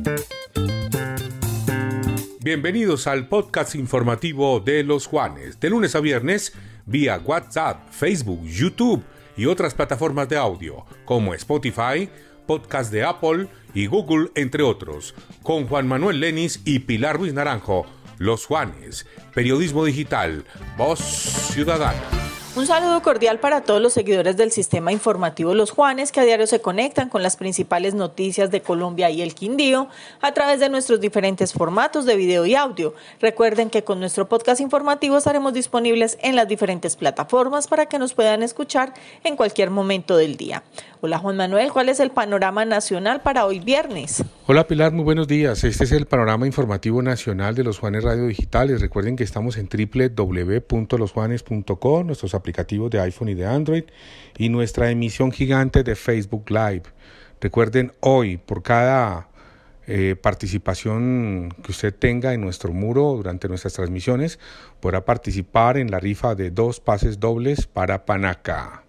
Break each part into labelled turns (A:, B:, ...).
A: Bienvenidos al podcast informativo de Los Juanes, de lunes a viernes, vía WhatsApp, Facebook, YouTube y otras plataformas de audio, como Spotify, podcast de Apple y Google, entre otros, con Juan Manuel Lenis y Pilar Ruiz Naranjo. Los Juanes, periodismo digital, voz ciudadana.
B: Un saludo cordial para todos los seguidores del sistema informativo Los Juanes, que a diario se conectan con las principales noticias de Colombia y el Quindío a través de nuestros diferentes formatos de video y audio. Recuerden que con nuestro podcast informativo estaremos disponibles en las diferentes plataformas para que nos puedan escuchar en cualquier momento del día. Hola Juan Manuel, ¿cuál es el panorama nacional para hoy viernes?
C: Hola Pilar, muy buenos días. Este es el panorama informativo nacional de Los Juanes Radio Digitales. Recuerden que estamos en www.losjuanes.co, nuestros aplicativos de iPhone y de Android y nuestra emisión gigante de Facebook Live. Recuerden, hoy por cada participación que usted tenga en nuestro muro durante nuestras transmisiones, podrá participar en la rifa de 2 pases dobles para Panaca.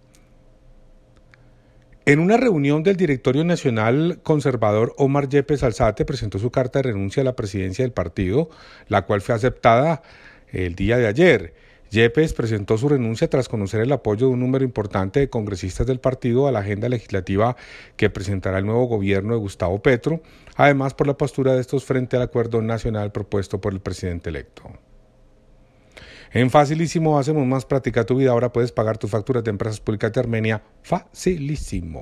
C: En una reunión del Directorio Nacional Conservador, Omar Yepes Alzate presentó su carta de renuncia a la presidencia del partido, la cual fue aceptada el día de ayer. Yepes presentó su renuncia tras conocer el apoyo de un número importante de congresistas del partido a la agenda legislativa que presentará el nuevo gobierno de Gustavo Petro, además por la postura de estos frente al acuerdo nacional propuesto por el presidente electo. En Facilísimo hacemos más práctica tu vida. Ahora puedes pagar tus facturas de empresas públicas de Armenia facilísimo.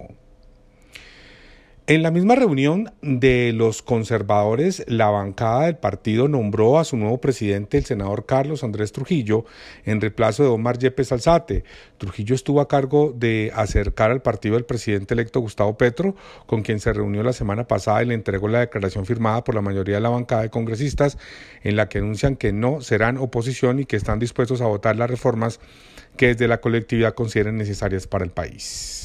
C: En la misma reunión de los conservadores, la bancada del partido nombró a su nuevo presidente, el senador Carlos Andrés Trujillo, en reemplazo de Omar Yepes Alzate. Trujillo estuvo a cargo de acercar al partido del presidente electo Gustavo Petro, con quien se reunió la semana pasada y le entregó la declaración firmada por la mayoría de la bancada de congresistas, en la que anuncian que no serán oposición y que están dispuestos a votar las reformas que desde la colectividad consideren necesarias para el país.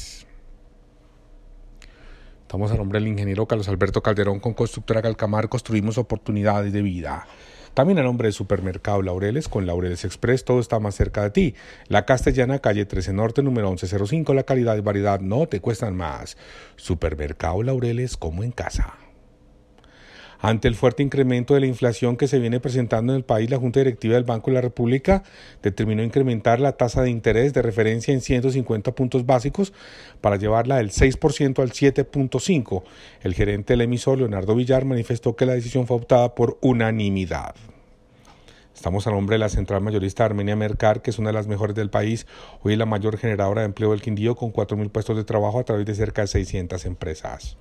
C: Estamos a nombre del ingeniero Carlos Alberto Calderón. Con Constructora Galcamar construimos oportunidades de vida. También a nombre de Supermercado Laureles, con Laureles Express, todo está más cerca de ti. La Castellana, calle 13 Norte, número 1105, la calidad y variedad no te cuestan más. Supermercado Laureles, como en casa. Ante el fuerte incremento de la inflación que se viene presentando en el país, la Junta Directiva del Banco de la República determinó incrementar la tasa de interés de referencia en 150 puntos básicos para llevarla del 6% al 7.5%. El gerente del emisor, Leonardo Villar, manifestó que la decisión fue optada por unanimidad. Estamos a nombre de la central mayorista Armenia Mercar, que es una de las mejores del país. Hoy es la mayor generadora de empleo del Quindío, con 4.000 puestos de trabajo a través de cerca de 600 empresas.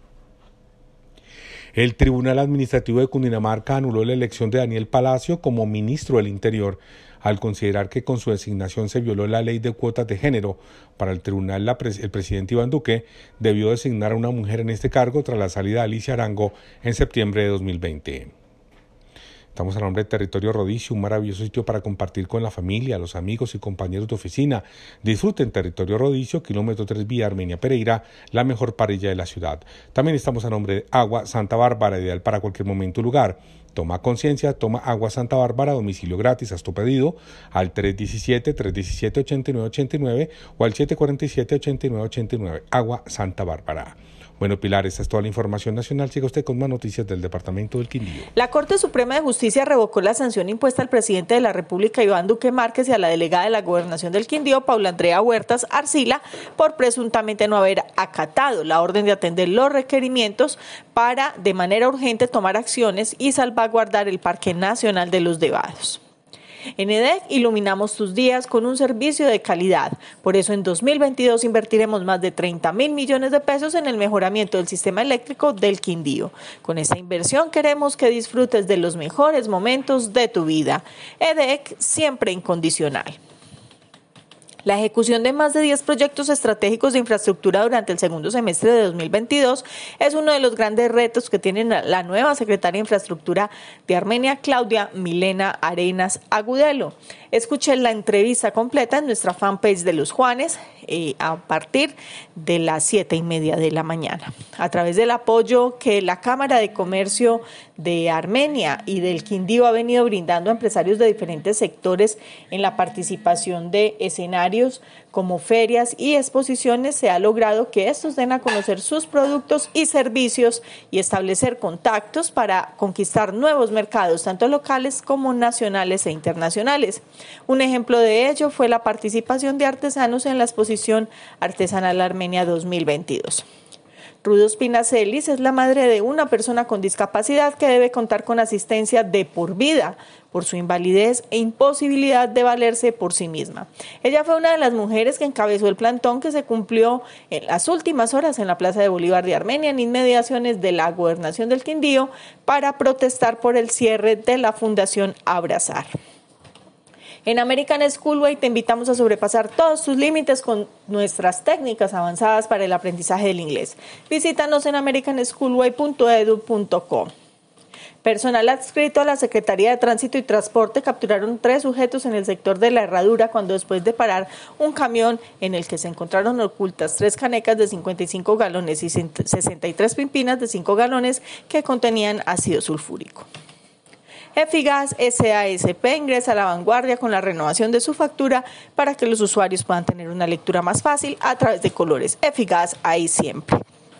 C: El Tribunal Administrativo de Cundinamarca anuló la elección de Daniel Palacio como ministro del Interior, al considerar que con su designación se violó la ley de cuotas de género. Para el tribunal, el presidente Iván Duque debió designar a una mujer en este cargo tras la salida de Alicia Arango en septiembre de 2020. Estamos a nombre de Territorio Rodicio, un maravilloso sitio para compartir con la familia, los amigos y compañeros de oficina. Disfruten Territorio Rodicio, kilómetro 3 vía Armenia Pereira, la mejor parrilla de la ciudad. También estamos a nombre de Agua Santa Bárbara, ideal para cualquier momento o lugar. Toma conciencia, toma Agua Santa Bárbara, domicilio gratis, haz tu pedido al 317-317-8989 o al 747-8989. Agua Santa Bárbara. Bueno, Pilar, esta es toda la información nacional. Siga usted con más noticias del Departamento del Quindío.
B: La Corte Suprema de Justicia revocó la sanción impuesta al presidente de la República, Iván Duque Márquez, y a la delegada de la Gobernación del Quindío, Paula Andrea Huertas Arcila, por presuntamente no haber acatado la orden de atender los requerimientos para, de manera urgente, tomar acciones y salvaguardar el Parque Nacional de los Nevados. En EDEC iluminamos tus días con un servicio de calidad. Por eso en 2022 invertiremos más de 30.000 millones de pesos en el mejoramiento del sistema eléctrico del Quindío. Con esta inversión queremos que disfrutes de los mejores momentos de tu vida. EDEC, siempre incondicional. La ejecución de más de 10 proyectos estratégicos de infraestructura durante el segundo semestre de 2022 es uno de los grandes retos que tiene la nueva secretaria de Infraestructura de Armenia, Claudia Milena Arenas Agudelo. Escuchen la entrevista completa en nuestra fanpage de Los Juanes a partir de las 7:30 de la mañana. A través del apoyo que la Cámara de Comercio de Armenia y del Quindío ha venido brindando a empresarios de diferentes sectores en la participación de escenarios como ferias y exposiciones, se ha logrado que estos den a conocer sus productos y servicios y establecer contactos para conquistar nuevos mercados, tanto locales como nacionales e internacionales. Un ejemplo de ello fue la participación de artesanos en la exposición Artesanal Armenia 2022. Ruth Ospina Celis es la madre de una persona con discapacidad que debe contar con asistencia de por vida por su invalidez e imposibilidad de valerse por sí misma. Ella fue una de las mujeres que encabezó el plantón que se cumplió en las últimas horas en la Plaza de Bolívar de Armenia, en inmediaciones de la Gobernación del Quindío, para protestar por el cierre de la Fundación Abrazar. En American Schoolway te invitamos a sobrepasar todos tus límites con nuestras técnicas avanzadas para el aprendizaje del inglés. Visítanos en americanschoolway.edu.co. Personal adscrito a la Secretaría de Tránsito y Transporte capturaron 3 sujetos en el sector de la Herradura cuando, después de parar un camión en el que se encontraron ocultas 3 canecas de 55 galones y 63 pimpinas de 5 galones que contenían ácido sulfúrico. Efigas S.A.S.P. ingresa a la vanguardia con la renovación de su factura para que los usuarios puedan tener una lectura más fácil a través de colores. Efigas, ahí siempre.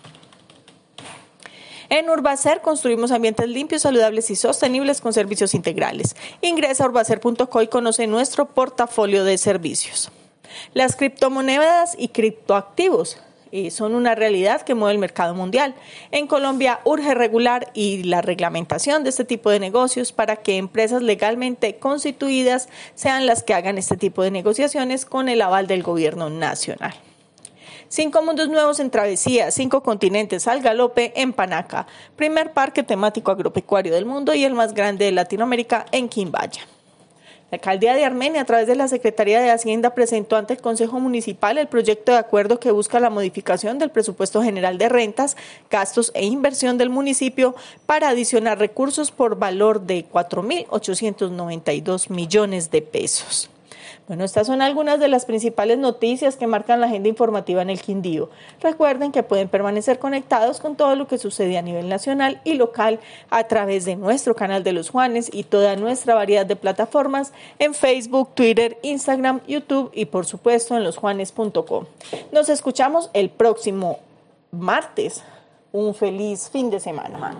B: En Urbacer construimos ambientes limpios, saludables y sostenibles con servicios integrales. Ingresa a urbacer.co y conoce nuestro portafolio de servicios. Las criptomonedas y criptoactivos son una realidad que mueve el mercado mundial. En Colombia urge regular y la reglamentación de este tipo de negocios para que empresas legalmente constituidas sean las que hagan este tipo de negociaciones con el aval del gobierno nacional. 5 mundos nuevos en travesía, 5 continentes al galope en Panaca, primer parque temático agropecuario del mundo y el más grande de Latinoamérica en Quimbaya. La Alcaldía de Armenia, a través de la Secretaría de Hacienda, presentó ante el Consejo Municipal el proyecto de acuerdo que busca la modificación del presupuesto general de rentas, gastos e inversión del municipio para adicionar recursos por valor de 4.892 millones de pesos. Bueno, estas son algunas de las principales noticias que marcan la agenda informativa en el Quindío. Recuerden que pueden permanecer conectados con todo lo que sucede a nivel nacional y local a través de nuestro canal de Los Juanes y toda nuestra variedad de plataformas en Facebook, Twitter, Instagram, YouTube y por supuesto en losjuanes.com. Nos escuchamos el próximo martes. Un feliz fin de semana.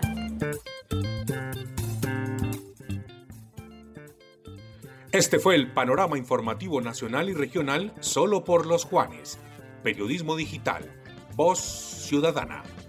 A: Este fue el panorama informativo nacional y regional solo por Los Juanes. Periodismo digital. Voz ciudadana.